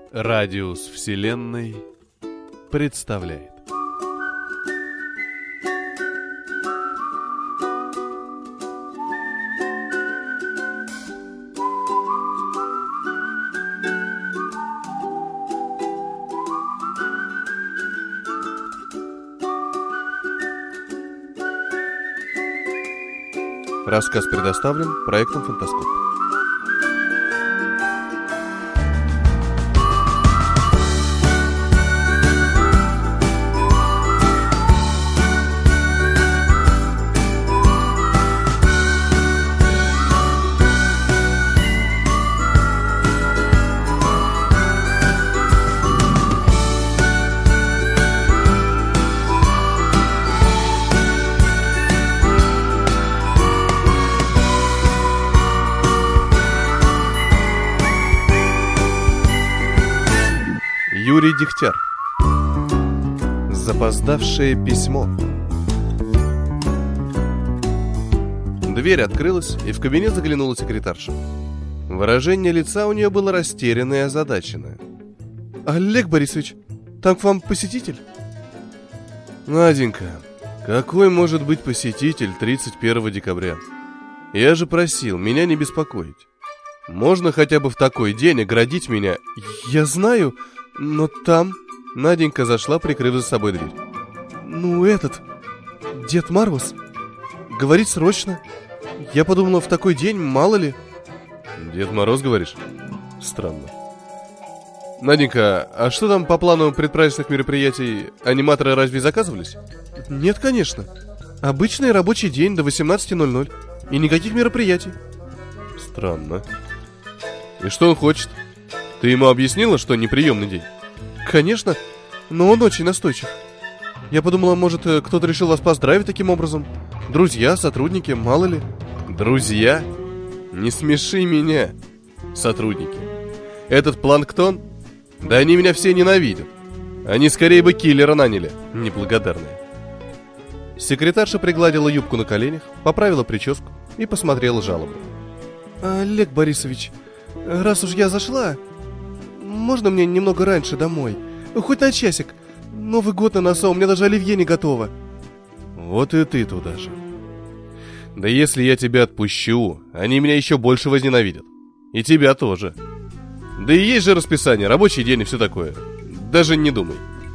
Радиус Вселенной представляет. Рассказ предоставлен проектом «Фантаскоп». Юрий Дегтяр. Запоздавшее письмо. Дверь открылась, и в кабинет заглянула секретарша. Выражение лица у нее было растерянное и озадаченное. «Олег Борисович, там к вам посетитель?» «Наденька, какой может быть посетитель 31 декабря? Я же просил меня не беспокоить. Можно хотя бы в такой день оградить меня?» «Я знаю, но там...» Наденька зашла, прикрыв за собой дверь. Дед Мороз. Говорит срочно. Я подумала, в такой день, мало ли. Дед Мороз, говоришь? Странно. Наденька, а что там по плану предпраздничных мероприятий? Аниматоры разве заказывались? Нет, конечно. Обычный рабочий день до 18:00. И никаких мероприятий. Странно. И что он хочет? Ты ему объяснила, что неприемный день? Конечно, но он очень настойчив. Я подумала, может, кто-то решил вас поздравить таким образом. Друзья, сотрудники, мало ли. Друзья? Не смеши меня. Сотрудники. Этот планктон? Да они меня все ненавидят. Они скорее бы киллера наняли. Неблагодарные. Секретарша пригладила юбку на коленях, поправила прическу и посмотрела жалобно. Олег Борисович, раз уж я зашла, можно мне немного раньше домой? Хоть на часик. Новый год на носу, у меня даже оливье не готово. Вот и ты туда же. Да если я тебя отпущу, они меня еще больше возненавидят. И тебя тоже. Да и есть же расписание, рабочий день и все такое. Даже не думай.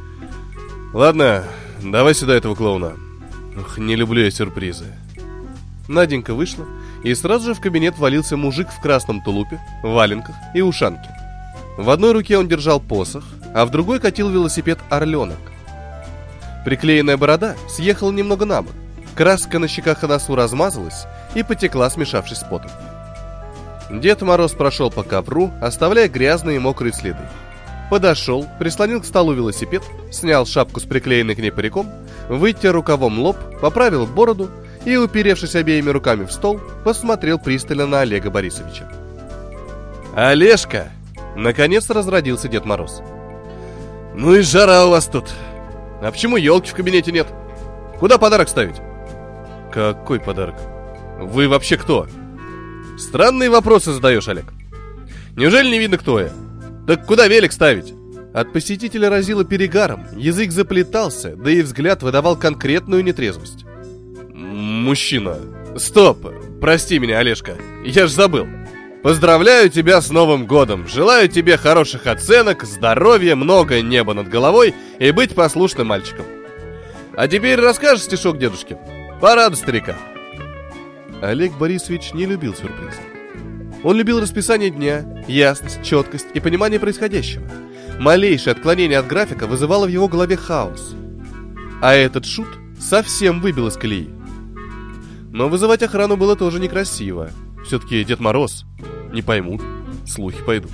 Ладно, давай сюда этого клоуна. Ох, не люблю я сюрпризы. Наденька вышла, и сразу же в кабинет валился мужик в красном тулупе, валенках и ушанке. В одной руке он держал посох, а в другой катил велосипед «Орленок». Приклеенная борода съехала немного на бок, краска на щеках и носу размазалась и потекла, смешавшись с потом. Дед Мороз прошел по ковру, оставляя грязные и мокрые следы. Подошел, прислонил к столу велосипед, снял шапку с приклеенной к ней париком, вытер рукавом лоб, поправил бороду и, уперевшись обеими руками в стол, посмотрел пристально на Олега Борисовича. «Олежка!» Наконец разродился Дед Мороз. «Ну и жара у вас тут. А почему елки в кабинете нет? Куда подарок ставить?» «Какой подарок? Вы вообще кто?» «Странные вопросы задаешь, Олег. Неужели не видно, кто я? Так куда велик ставить?» От посетителя разило перегаром, язык заплетался, да и взгляд выдавал конкретную нетрезвость. «Мужчина, стоп, прости меня, Олежка, я ж забыл. Поздравляю тебя с Новым годом, желаю тебе хороших оценок, здоровья, много неба над головой и быть послушным мальчиком. А теперь расскажешь стишок дедушке? Порадуй старика». Олег Борисович не любил сюрпризы. Он любил расписание дня, ясность, четкость и понимание происходящего. Малейшее отклонение от графика вызывало в его голове хаос. А этот шут совсем выбил из колеи. Но вызывать охрану было тоже некрасиво. Все-таки Дед Мороз. Не поймут, слухи пойдут.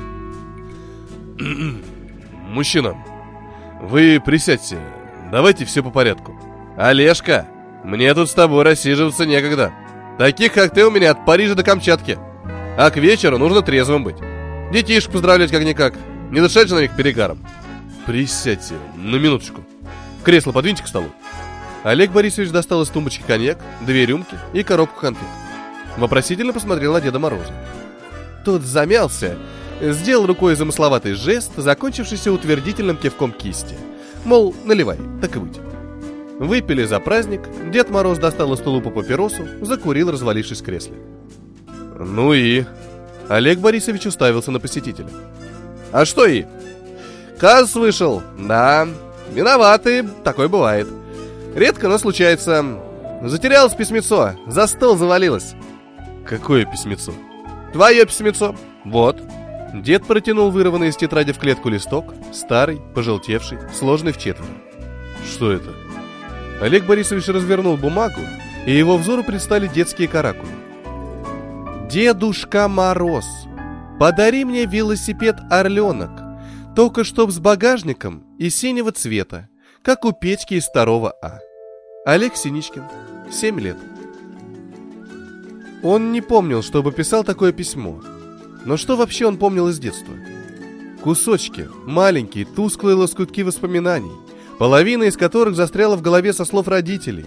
«Мужчина, вы присядьте, давайте все по порядку. Олежка, мне тут с тобой рассиживаться некогда. Таких, как ты, у меня от Парижа до Камчатки. А к вечеру нужно трезвым быть. Детишек поздравлять как-никак. Не дышать же на них перегаром. Присядьте, на минуточку. Кресло подвиньте к столу». Олег Борисович достал из тумбочки коньяк, 2 рюмки и коробку конфет. Вопросительно посмотрел на Деда Мороза. Тот замялся, Сделал рукой замысловатый жест, закончившийся утвердительным кивком кисти. Мол, наливай, так и быть. Выпили за праздник, Дед Мороз достал из тулупа папиросу, закурил, развалившись в кресле. Ну и... Олег Борисович уставился на посетителя. А что и? Казус вышел, да. Виноваты, такое бывает. Редко, но случается. Затерялось письмецо, за стол завалилось. Какое письмецо? Твое письмецо. Вот. Дед протянул вырванный из тетради в клетку листок, старый, пожелтевший, сложенный вчетверо. Что это? Олег Борисович развернул бумагу, и его взору предстали детские каракули. «Дедушка Мороз, подари мне велосипед «Орленок», только чтоб с багажником и синего цвета, как у Петьки из 2 А. Олег Синичкин, 7 лет». Он не помнил, чтобы писал такое письмо. Но что вообще он помнил из детства? Кусочки, маленькие, тусклые лоскутки воспоминаний, половина из которых застряла в голове со слов родителей.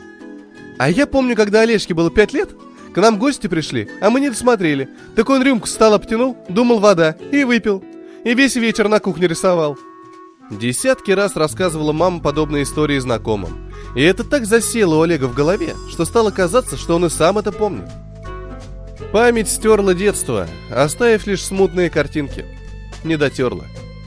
А я помню, когда Олежке было 5 лет, к нам гости пришли, а мы не досмотрели. Так он рюмку с стола потянул, думал вода, и выпил. И весь вечер на кухне рисовал. Десятки раз рассказывала мама подобные истории знакомым. И это так засело у Олега в голове, что стало казаться, что он и сам это помнит. Память стерла детство, оставив лишь смутные картинки. Не дотерла.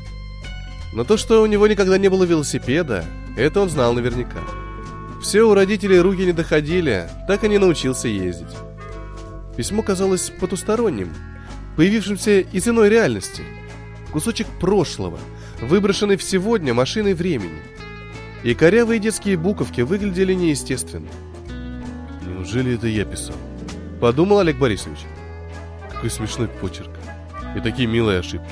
Но то, что у него никогда не было велосипеда, это он знал наверняка. Все у родителей руки не доходили, так и не научился ездить. Письмо казалось потусторонним, появившимся из иной реальности. Кусочек прошлого, выброшенный в сегодня машиной времени. И корявые детские буковки выглядели неестественно. Неужели это я писал? Подумал Олег Борисович. Какой смешной почерк. И такие милые ошибки.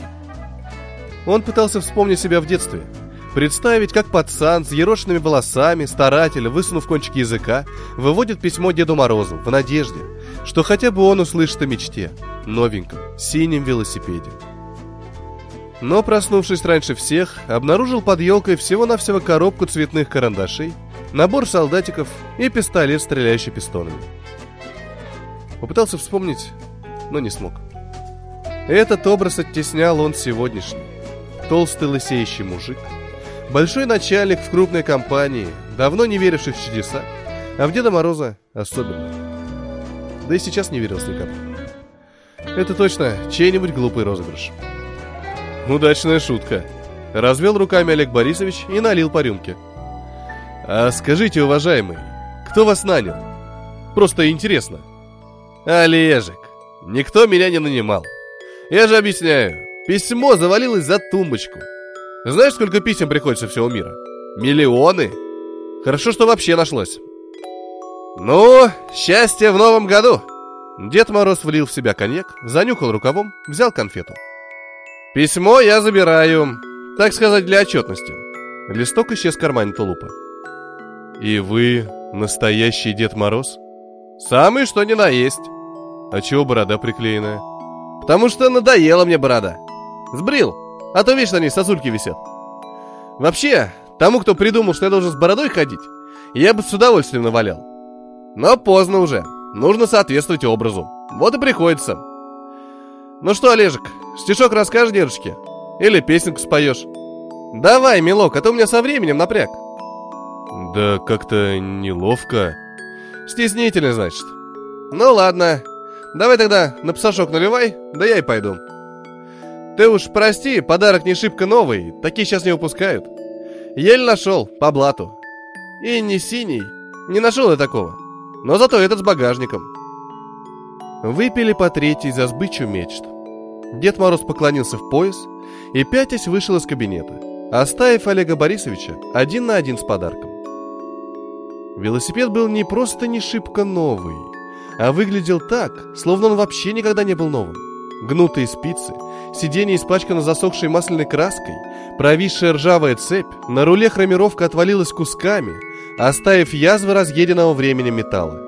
Он пытался вспомнить себя в детстве. Представить, как пацан с ерошенными волосами, старатель, высунув кончик языка, выводит письмо Деду Морозу в надежде, что хотя бы он услышит о мечте, новеньком, синем велосипеде. Но, проснувшись раньше всех, обнаружил под елкой всего-навсего коробку цветных карандашей, набор солдатиков и пистолет, стреляющий пистонами. Попытался вспомнить, но не смог. Этот образ оттеснял он сегодняшний. Толстый лысеющий мужик, большой начальник в крупной компании, давно не веривший в чудеса, а в Деда Мороза особенно. Да и сейчас не верил ни капли. Это точно чей-нибудь глупый розыгрыш. Удачная шутка. Развел руками Олег Борисович и налил по рюмке. А скажите, уважаемый, кто вас нанял? Просто интересно. Олежек, никто меня не нанимал. Я же объясняю, письмо завалилось за тумбочку. Знаешь, сколько писем приходит со всего мира? Миллионы. Хорошо, что вообще нашлось. Ну, счастья в новом году. Дед Мороз влил в себя коньяк, занюхал рукавом, взял конфету. Письмо я забираю, так сказать, для отчетности. Листок исчез в кармане тулупа. И вы настоящий Дед Мороз? Самый что ни на есть. А чего борода приклеенная? Потому что надоела мне борода. Сбрил, а то видишь, на ней сосульки висят. Вообще, тому, кто придумал, что я должен с бородой ходить, я бы с удовольствием навалял. Но поздно уже, нужно соответствовать образу. Вот и приходится. Ну что, Олежек, стишок расскажешь дедушке? Или песенку споешь? Давай, милок, а то у меня со временем напряг. Да как-то неловко. Стеснительно, значит. Ну ладно, давай тогда на пасашок наливай, да я и пойду. Ты уж прости, подарок не шибко новый, такие сейчас не выпускают. Еле нашел, по блату. И не синий, не нашел я такого. Но зато этот с багажником. Выпили по третьей за сбычу мечт. Дед Мороз поклонился в пояс и, пятясь, вышел из кабинета, оставив Олега Борисовича 1 на 1 с подарком. Велосипед был не просто не шибко новый, а выглядел так, словно он вообще никогда не был новым. Гнутые спицы, сиденье испачкано засохшей масляной краской, провисшая ржавая цепь, на руле хромировка отвалилась кусками, оставив язвы разъеденного временем металла.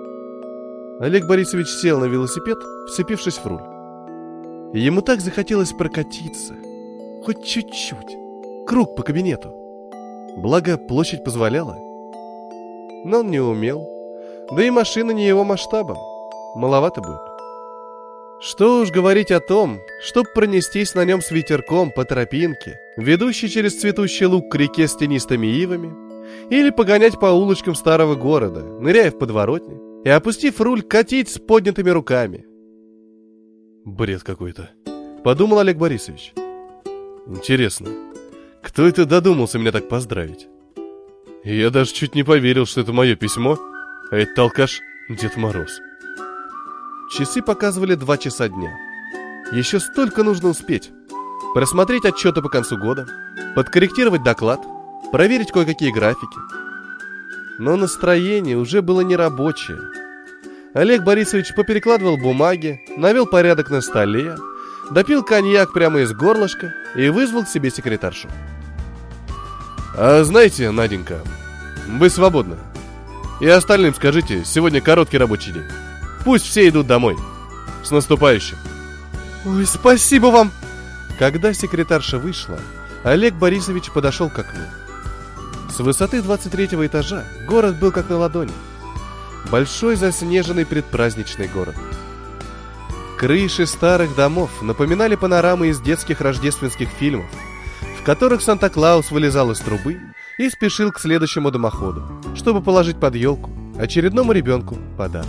Олег Борисович сел на велосипед, вцепившись в руль. Ему так захотелось прокатиться, хоть чуть-чуть, круг по кабинету. Благо, площадь позволяла. Но он не умел, да и машина не его масштаба, маловато будет. Что уж говорить о том, чтоб пронестись на нем с ветерком по тропинке, ведущей через цветущий луг к реке с тенистыми ивами, или погонять по улочкам старого города, ныряя в подворотни, и, опустив руль, катить с поднятыми руками. Бред какой-то, подумал Олег Борисович. Интересно, кто это додумался меня так поздравить? Я даже чуть не поверил, что это мое письмо, а это алкаш Дед Мороз. Часы показывали 2 часа дня. Еще столько нужно успеть. Просмотреть отчеты по концу года, подкорректировать доклад, проверить кое-какие графики. Но настроение уже было нерабочее. Олег Борисович поперекладывал бумаги, навел порядок на столе, допил коньяк прямо из горлышка и вызвал к себе секретаршу. «А знаете, Наденька, вы свободны. И остальным скажите, сегодня короткий рабочий день. Пусть все идут домой. С наступающим!» Ой, спасибо вам! Когда секретарша вышла, Олег Борисович подошел к окну. С высоты 23-го этажа город был как на ладони. Большой заснеженный предпраздничный город. Крыши старых домов напоминали панорамы из детских рождественских фильмов, в которых Санта-Клаус вылезал из трубы и спешил к следующему дымоходу, чтобы положить под елку очередному ребенку подарок.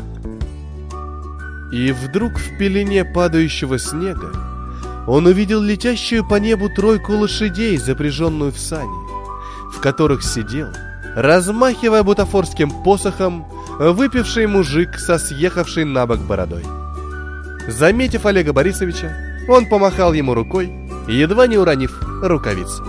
И вдруг в пелене падающего снега он увидел летящую по небу тройку лошадей, запряженную в сани, в которых сидел, размахивая бутафорским посохом, выпивший мужик со съехавшей на бок бородой. Заметив Олега Борисовича, он помахал ему рукой, едва не уронив рукавицу.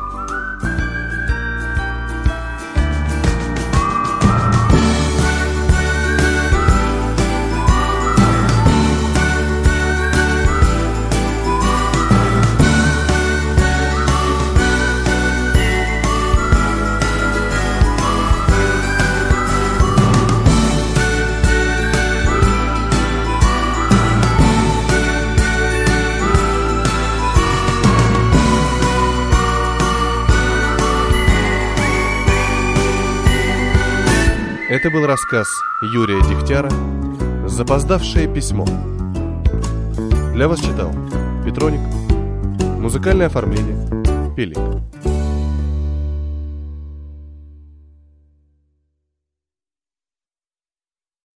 Это был рассказ Юрия Дегтяра «Запоздавшее письмо». Для вас читал Петроник. Музыкальное оформление Пелик.